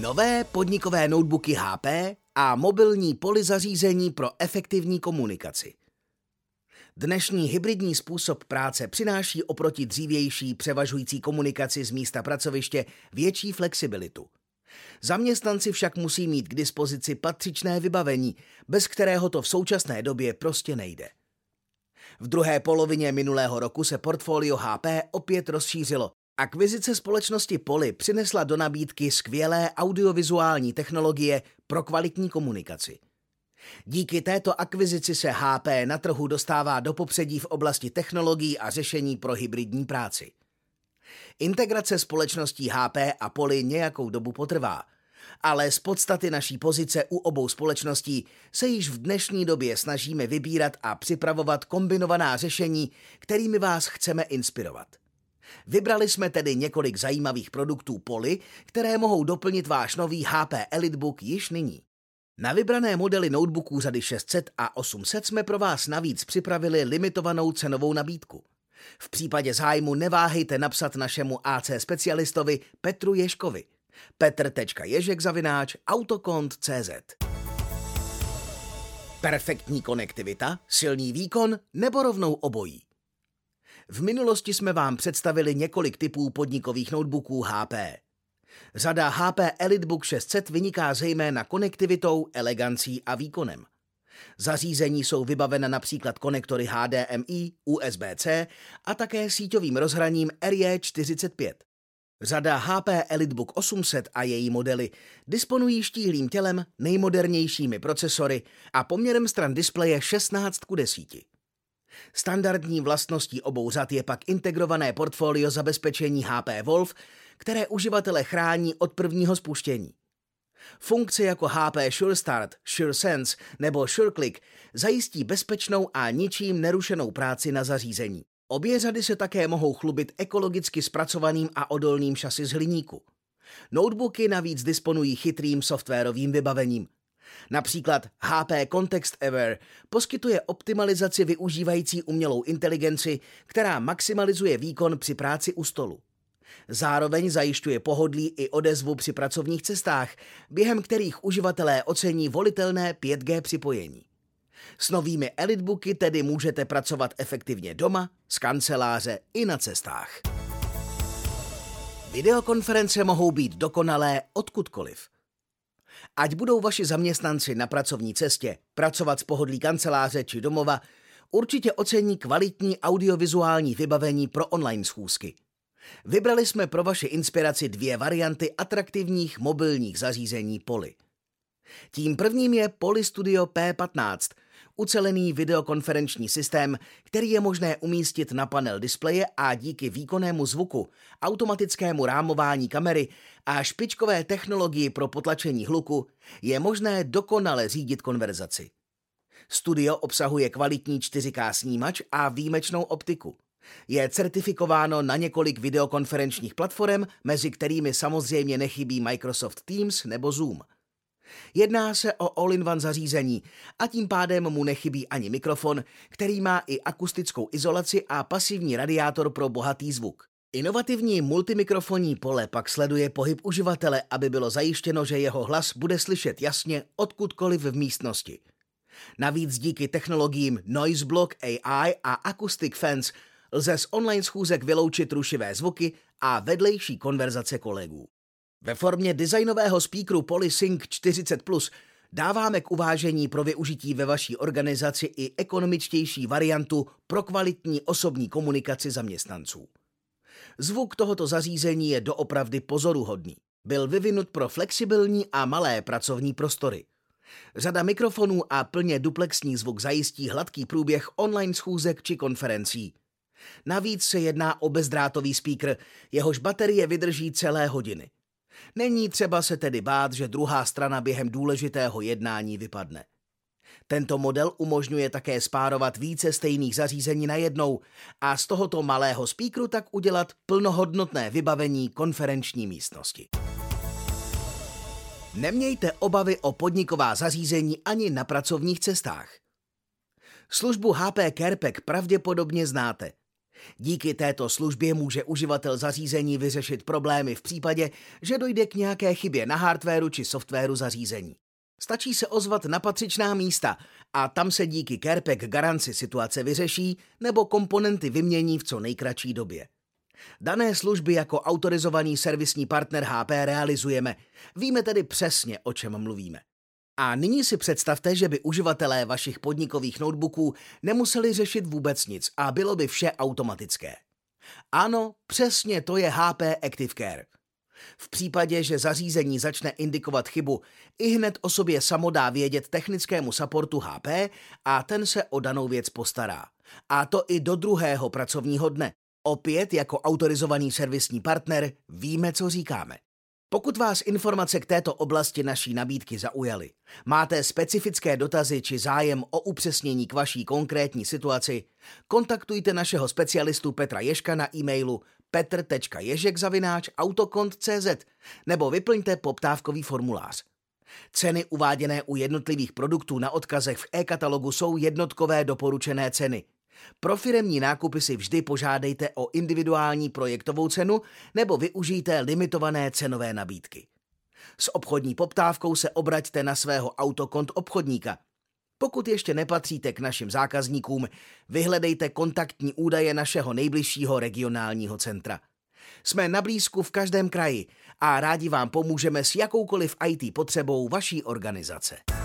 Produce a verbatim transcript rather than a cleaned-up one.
Nové podnikové notebooky H P a mobilní polizařízení pro efektivní komunikaci. Dnešní hybridní způsob práce přináší oproti dřívější převažující komunikaci z místa pracoviště větší flexibilitu. Zaměstnanci však musí mít k dispozici patřičné vybavení, bez kterého to v současné době prostě nejde. V druhé polovině minulého roku se portfolio H P opět rozšířilo. Akvizice společnosti Poly přinesla do nabídky skvělé audiovizuální technologie pro kvalitní komunikaci. Díky této akvizici se H P na trhu dostává do popředí v oblasti technologií a řešení pro hybridní práci. Integrace společností H P a Poly nějakou dobu potrvá, ale z podstaty naší pozice u obou společností se již v dnešní době snažíme vybírat a připravovat kombinovaná řešení, kterými vás chceme inspirovat. Vybrali jsme tedy několik zajímavých produktů Poly, které mohou doplnit váš nový H P EliteBook již nyní. Na vybrané modely notebooků řady šest set a osm set jsme pro vás navíc připravili limitovanou cenovou nabídku. V případě zájmu neváhejte napsat našemu A C specialistovi Petru Ježkovi. petr tečka ježek zavináč autokont tečka cé zet. Perfektní konektivita, silný výkon nebo rovnou obojí? V minulosti jsme vám představili několik typů podnikových notebooků H P. Řada H P EliteBook šest set vyniká zejména konektivitou, elegancí a výkonem. Zařízení jsou vybavena například konektory H D M I, U S B C a také síťovým rozhraním R J čtyřicet pět. Řada H P EliteBook osm set a její modely disponují štíhlým tělem, nejmodernějšími procesory a poměrem stran displeje šestnáct ku deseti. Standardní vlastností obou řad je pak integrované portfolio zabezpečení H P Wolf, které uživatele chrání od prvního spuštění. Funkce jako H P Sure Start, Sure Sense nebo Sure Click zajistí bezpečnou a ničím nerušenou práci na zařízení. Obě řady se také mohou chlubit ekologicky zpracovaným a odolným šasi z hliníku. Notebooky navíc disponují chytrým softwarovým vybavením. Například H P Context Aware poskytuje optimalizaci využívající umělou inteligenci, která maximalizuje výkon při práci u stolu. Zároveň zajišťuje pohodlí i odezvu při pracovních cestách, během kterých uživatelé ocení volitelné pět G připojení. S novými EliteBooky tedy můžete pracovat efektivně doma, z kanceláře i na cestách. Videokonference mohou být dokonalé odkudkoliv. Ať budou vaši zaměstnanci na pracovní cestě, pracovat z pohodlí kanceláře či domova, určitě ocení kvalitní audiovizuální vybavení pro online schůzky. Vybrali jsme pro vaši inspiraci dvě varianty atraktivních mobilních zařízení Poly. Tím prvním je Poly Studio P patnáct, ucelený videokonferenční systém, který je možné umístit na panel displeje a díky výkonnému zvuku, automatickému rámování kamery a špičkové technologii pro potlačení hluku je možné dokonale řídit konverzaci. Studio obsahuje kvalitní čtyři ká snímač a výjimečnou optiku. Je certifikováno na několik videokonferenčních platform, mezi kterými samozřejmě nechybí Microsoft Teams nebo Zoom. Jedná se o all-in-one zařízení a tím pádem mu nechybí ani mikrofon, který má i akustickou izolaci a pasivní radiátor pro bohatý zvuk. Inovativní multimikrofonní Pole pak sleduje pohyb uživatele, aby bylo zajištěno, že jeho hlas bude slyšet jasně odkudkoliv v místnosti. Navíc díky technologiím Noise Block A I a Acoustic Fence lze z online schůzek vyloučit rušivé zvuky a vedlejší konverzace kolegů. Ve formě designového speakeru PolySync čtyřicet plus dáváme k uvážení pro využití ve vaší organizaci i ekonomičtější variantu pro kvalitní osobní komunikaci zaměstnanců. Zvuk tohoto zařízení je doopravdy pozoruhodný. Byl vyvinut pro flexibilní a malé pracovní prostory. Řada mikrofonů a plně duplexní zvuk zajistí hladký průběh online schůzek či konferencí. Navíc se jedná o bezdrátový speaker, jehož baterie vydrží celé hodiny. Není třeba se tedy bát, že druhá strana během důležitého jednání vypadne. Tento model umožňuje také spárovat více stejných zařízení najednou a z tohoto malého speakeru tak udělat plnohodnotné vybavení konferenční místnosti. Nemějte obavy o podniková zařízení ani na pracovních cestách. Službu H P CarePack pravděpodobně znáte. Díky této službě může uživatel zařízení vyřešit problémy v případě, že dojde k nějaké chybě na hardwaru či softwaru zařízení. Stačí se ozvat na patřičná místa a tam se díky CarePack garanci situace vyřeší nebo komponenty vymění v co nejkratší době. Dané služby jako autorizovaný servisní partner H P realizujeme, víme tedy přesně, o čem mluvíme. A nyní si představte, že by uživatelé vašich podnikových notebooků nemuseli řešit vůbec nic a bylo by vše automatické. Ano, přesně to je H P ActiveCare. V případě, že zařízení začne indikovat chybu, ihned o sobě samo dá vědět technickému supportu H P a ten se o danou věc postará. A to i do druhého pracovního dne. Opět jako autorizovaný servisní partner víme, co říkáme. Pokud vás informace k této oblasti naší nabídky zaujaly, máte specifické dotazy či zájem o upřesnění k vaší konkrétní situaci, kontaktujte našeho specialistu Petra Ježka na e-mailu petr tečka ježek zavináč autokont tečka cé zet nebo vyplňte poptávkový formulář. Ceny uváděné u jednotlivých produktů na odkazech v e-katalogu jsou jednotkové doporučené ceny. Pro firemní nákupy si vždy požádejte o individuální projektovou cenu nebo využijte limitované cenové nabídky. S obchodní poptávkou se obraťte na svého Autokont obchodníka. Pokud ještě nepatříte k našim zákazníkům, vyhledejte kontaktní údaje našeho nejbližšího regionálního centra. Jsme na blízku v každém kraji a rádi vám pomůžeme s jakoukoliv í té potřebou vaší organizace.